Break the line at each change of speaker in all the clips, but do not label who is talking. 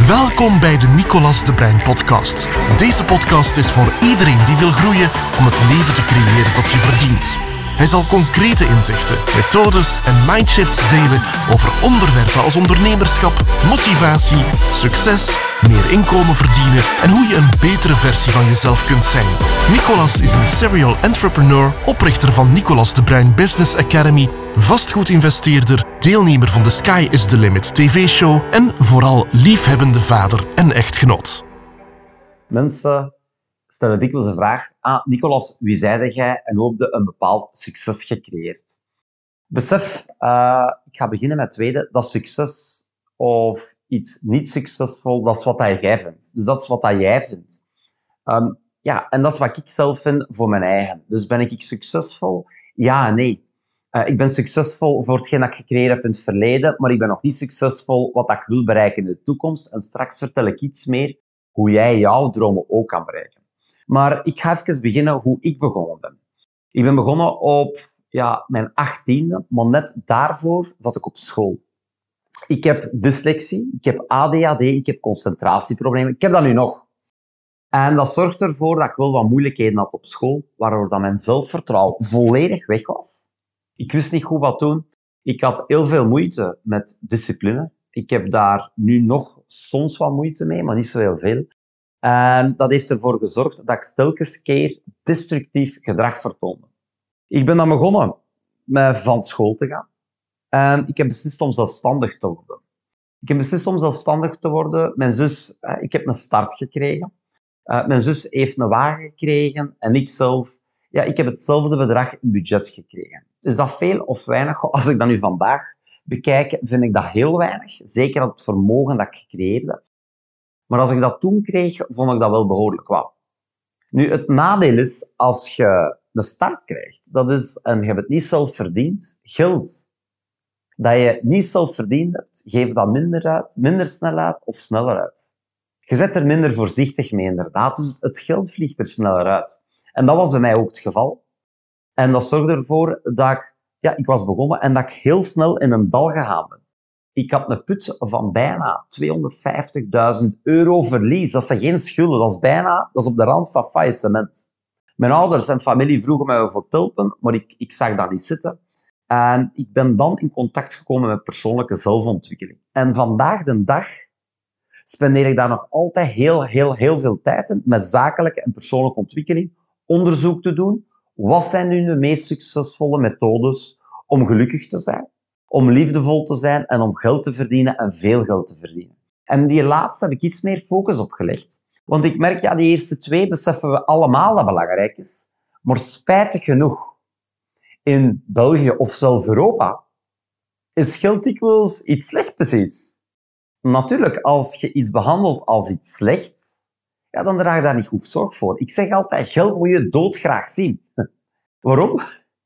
Welkom bij de Nicolas de Bruin podcast. Deze podcast is voor iedereen die wil groeien om het leven te creëren dat je verdient. Hij zal concrete inzichten, methodes en mindshifts delen over onderwerpen als ondernemerschap, motivatie, succes, meer inkomen verdienen en hoe je een betere versie van jezelf kunt zijn. Nicolas is een serial entrepreneur, oprichter van Nicolas de Bruin Business Academy, vastgoedinvesteerder, deelnemer van de Sky is the Limit TV-show en vooral liefhebbende vader en echtgenoot.
Mensen stellen dikwijls de vraag: Nicolas, wie zeide jij en hoe heb je een bepaald succes gecreëerd? Besef, ik ga beginnen met het tweede, dat succes of iets niet succesvol, dat is wat jij vindt. Dus dat is wat jij vindt. En dat is wat ik zelf vind voor mijn eigen. Dus ben ik succesvol? Ja en nee. Ik ben succesvol voor hetgeen dat ik gecreëerd heb in het verleden, maar ik ben nog niet succesvol wat ik wil bereiken in de toekomst. En straks vertel ik iets meer hoe jij jouw dromen ook kan bereiken. Maar ik ga even beginnen hoe ik begonnen ben. Ik ben begonnen op mijn 18e, maar net daarvoor zat ik op school. Ik heb dyslexie, ik heb ADHD, ik heb concentratieproblemen. Ik heb dat nu nog. En dat zorgt ervoor dat ik wel wat moeilijkheden had op school, waardoor dat mijn zelfvertrouwen volledig weg was. Ik wist niet goed wat doen. Ik had heel veel moeite met discipline. Ik heb daar nu nog soms wat moeite mee, maar niet zo heel veel. En dat heeft ervoor gezorgd dat ik telkens keer destructief gedrag vertoonde. Ik ben dan begonnen met van school te gaan. En ik heb beslist om zelfstandig te worden. Mijn zus, ik heb een start gekregen. Mijn zus heeft een wagen gekregen en ik zelf, ik heb hetzelfde bedrag in budget gekregen. Is dat veel of weinig? Als ik dat nu vandaag bekijk, vind ik dat heel weinig. Zeker het vermogen dat ik gecreëerd heb. Maar als ik dat toen kreeg, vond ik dat wel behoorlijk wat. Nu, het nadeel is, als je een start krijgt, dat is, en je hebt het niet zelf verdiend, geld dat je niet zelf verdiend hebt, geef dat minder snel uit of sneller uit. Je zet er minder voorzichtig mee, inderdaad, dus het geld vliegt er sneller uit. En dat was bij mij ook het geval. En dat zorgde ervoor dat ik was begonnen en dat ik heel snel in een dal gegaan ben. Ik had een put van bijna 250.000 euro verlies. Dat zijn geen schulden, dat is op de rand van faillissement. Mijn ouders en familie vroegen mij voor te helpen, maar ik zag dat niet zitten. En ik ben dan in contact gekomen met persoonlijke zelfontwikkeling. En vandaag de dag spendeer ik daar nog altijd heel veel tijd in met zakelijke en persoonlijke ontwikkeling, onderzoek te doen. Wat zijn nu de meest succesvolle methodes om gelukkig te zijn, om liefdevol te zijn en om geld te verdienen en veel geld te verdienen? En die laatste heb ik iets meer focus op gelegd. Want ik merk, die eerste twee beseffen we allemaal dat belangrijk is. Maar spijtig genoeg, in België of zelfs Europa, is geld dikwijls iets slecht precies. Natuurlijk, als je iets behandelt als iets slechts, dan draag je daar niet goed zorg voor. Ik zeg altijd, geld moet je doodgraag zien. Waarom?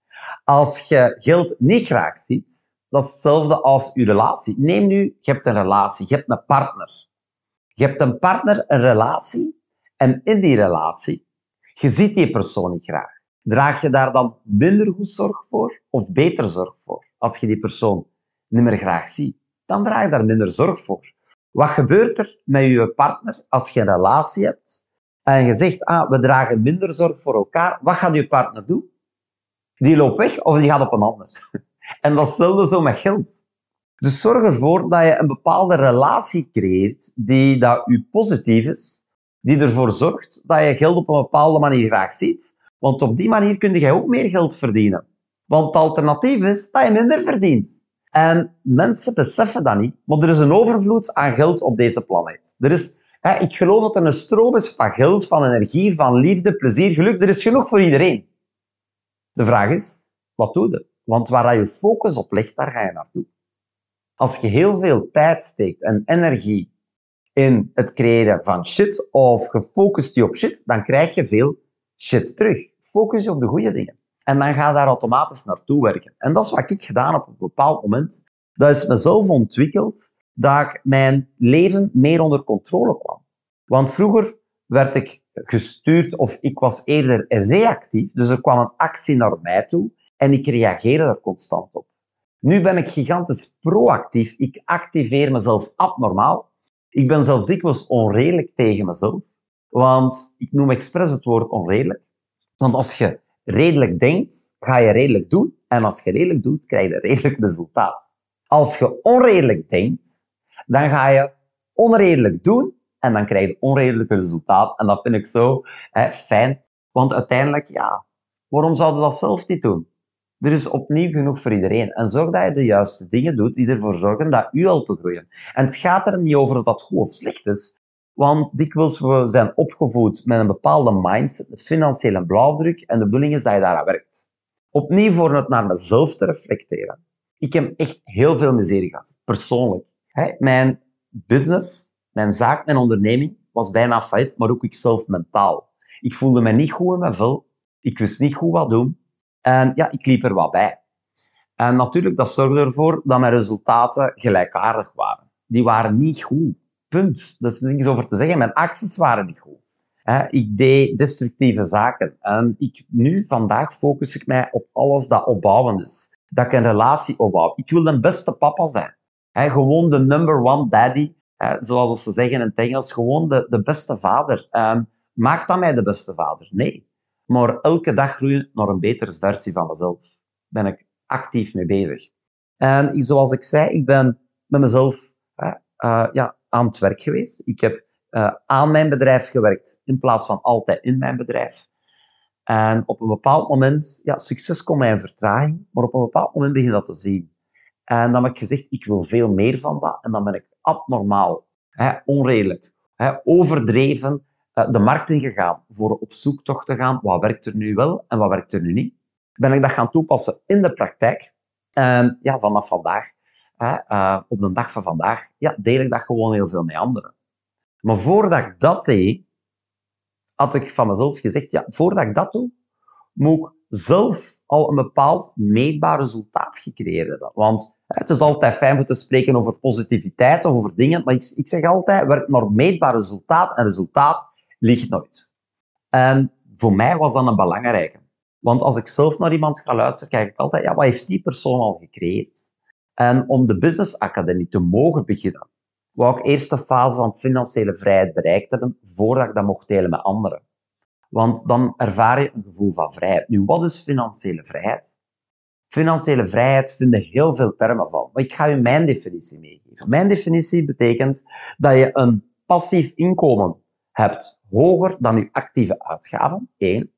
Als je geld niet graag ziet, dat is hetzelfde als je relatie. Neem nu, je hebt een relatie, je hebt een partner. Je hebt een partner, een relatie, en in die relatie, je ziet die persoon niet graag. Draag je daar dan minder goed zorg voor of beter zorg voor? Als je die persoon niet meer graag ziet, dan draag je daar minder zorg voor. Wat gebeurt er met je partner als je een relatie hebt en je zegt, we dragen minder zorg voor elkaar? Wat gaat je partner doen? Die loopt weg of die gaat op een ander. En datzelfde zo met geld. Dus zorg ervoor dat je een bepaalde relatie creëert die dat u positief is, die ervoor zorgt dat je geld op een bepaalde manier graag ziet. Want op die manier kun je ook meer geld verdienen. Want het alternatief is dat je minder verdient. En mensen beseffen dat niet, maar er is een overvloed aan geld op deze planeet. Ik geloof dat er een stroom is van geld, van energie, van liefde, plezier, geluk. Er is genoeg voor iedereen. De vraag is, wat doe je? Want waar je focus op legt, daar ga je naartoe. Als je heel veel tijd steekt en energie in het creëren van shit, of gefocust je op shit, dan krijg je veel shit terug. Focus je op de goede dingen. En dan ga je daar automatisch naartoe werken. En dat is wat ik gedaan heb op een bepaald moment. Dat is mezelf ontwikkeld, dat ik mijn leven meer onder controle kwam. Want vroeger werd ik gestuurd of ik was eerder reactief. Dus er kwam een actie naar mij toe en ik reageerde daar constant op. Nu ben ik gigantisch proactief. Ik activeer mezelf abnormaal. Ik ben zelf dikwijls onredelijk tegen mezelf, want ik noem expres het woord onredelijk. Want als je redelijk denkt, ga je redelijk doen. En als je redelijk doet, krijg je een redelijk resultaat. Als je onredelijk denkt, dan ga je onredelijk doen en dan krijg je een onredelijk resultaat. En dat vind ik zo fijn. Want uiteindelijk, waarom zouden we dat zelf niet doen? Er is opnieuw genoeg voor iedereen. En zorg dat je de juiste dingen doet die ervoor zorgen dat u helpen groeien. En het gaat er niet over of dat goed of slecht is. Want dikwijls we zijn opgevoed met een bepaalde mindset, een financiële blauwdruk, en de bedoeling is dat je daaraan werkt. Opnieuw voor het naar mezelf te reflecteren. Ik heb echt heel veel miserie gehad, persoonlijk. Mijn business, mijn zaak, mijn onderneming was bijna failliet, maar ook ikzelf mentaal. Ik voelde me niet goed in mijn vel. Ik wist niet goed wat doen. En ik liep er wat bij. En natuurlijk, dat zorgde ervoor dat mijn resultaten gelijkaardig waren. Die waren niet goed. Punt. Er is niks over te zeggen. Mijn acties waren niet goed. Ik deed destructieve zaken. En vandaag focus ik mij op alles dat opbouwend is. Dat ik een relatie opbouw. Ik wil de beste papa zijn. Gewoon de number one daddy. Zoals ze zeggen in het Engels. Gewoon de beste vader. Maakt dat mij de beste vader? Nee. Maar elke dag groeien naar een betere versie van mezelf. Ben ik actief mee bezig. En zoals ik zei, ik ben met mezelf aan het werk geweest. Ik heb aan mijn bedrijf gewerkt in plaats van altijd in mijn bedrijf. En op een bepaald moment, succes komt bij een vertraging, maar op een bepaald moment begin je dat te zien. En dan heb ik gezegd, ik wil veel meer van dat. En dan ben ik abnormaal, onredelijk, overdreven de markt ingegaan voor op zoektocht te gaan. Wat werkt er nu wel en wat werkt er nu niet? Ben ik dat gaan toepassen in de praktijk. En vanaf vandaag, op de dag van vandaag, deel ik dat gewoon heel veel met anderen. Maar voordat ik dat deed, had ik van mezelf gezegd, voordat ik dat doe, moet ik zelf al een bepaald meetbaar resultaat gecreëerd hebben. Want het is altijd fijn om te spreken over positiviteit of over dingen, maar ik zeg altijd, werk naar meetbaar resultaat en resultaat ligt nooit. En voor mij was dat een belangrijke. Want als ik zelf naar iemand ga luisteren, kijk ik altijd, wat heeft die persoon al gecreëerd? En om de Business Academy te mogen beginnen, wou ik eerst de fase van financiële vrijheid bereikt hebben, voordat ik dat mocht delen met anderen. Want dan ervaar je een gevoel van vrijheid. Nu, wat is financiële vrijheid? Financiële vrijheid vinden heel veel termen van. Maar ik ga u mijn definitie meegeven. Mijn definitie betekent dat je een passief inkomen hebt hoger dan je actieve uitgaven, 1.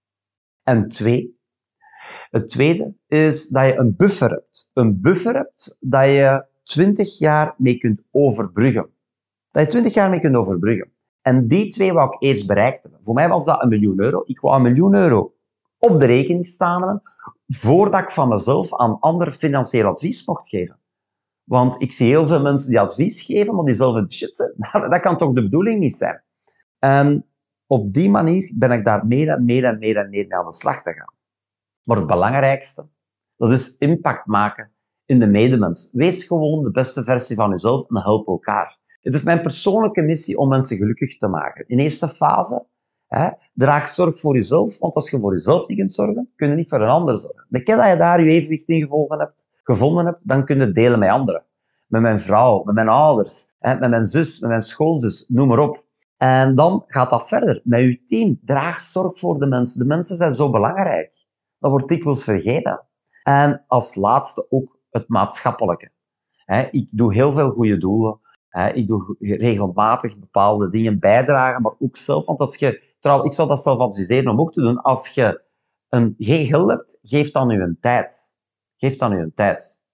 En 2. Het tweede is dat je een buffer hebt. Een buffer hebt dat je 20 jaar mee kunt overbruggen. Dat je 20 jaar mee kunt overbruggen. En die 2 wou ik eerst bereikt hebben. Voor mij was dat €1.000.000. Ik wou €1.000.000 op de rekening staan hebben, voordat ik van mezelf aan anderen financieel advies mocht geven. Want ik zie heel veel mensen die advies geven, maar die zelf in de shit zitten. Dat kan toch de bedoeling niet zijn? En op die manier ben ik daar meer en meer mee aan de slag te gaan. Maar het belangrijkste, dat is impact maken in de medemens. Wees gewoon de beste versie van jezelf en help elkaar. Het is mijn persoonlijke missie om mensen gelukkig te maken. In eerste fase, draag zorg voor jezelf, want als je voor jezelf niet kunt zorgen, kun je niet voor een ander zorgen. De keer dat je daar je evenwicht in gevonden hebt, dan kun je het delen met anderen. Met mijn vrouw, met mijn ouders, met mijn zus, met mijn schoonzus, noem maar op. En dan gaat dat verder met je team. Draag zorg voor de mensen. De mensen zijn zo belangrijk. Dat wordt dikwijls vergeten. En als laatste ook het maatschappelijke. Ik doe heel veel goede doelen. Ik doe regelmatig bepaalde dingen bijdragen, maar ook zelf. Want als je, ik zou dat zelf adviseren om ook te doen. Als je geen geld hebt, geef dan je tijd. Geef dan je tijd.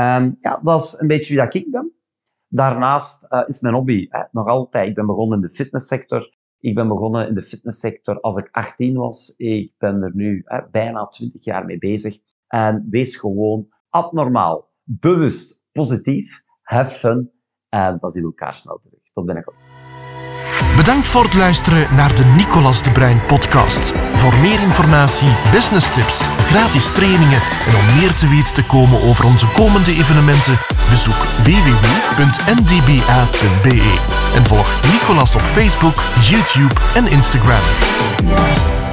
Dat is een beetje wie dat ik ben. Daarnaast is mijn hobby nog altijd. Ik ben begonnen in de fitnesssector. Ik ben begonnen in de fitnesssector als ik 18 was. Ik ben er nu bijna 20 jaar mee bezig. En wees gewoon abnormaal, bewust, positief, have fun. En dan zien we elkaar snel terug. Tot binnenkort.
Bedankt voor het luisteren naar de Nicolas de Bruin podcast. Voor meer informatie, business tips, gratis trainingen en om meer te weten te komen over onze komende evenementen, bezoek www.ndba.be en volg Nicolas op Facebook, YouTube en Instagram.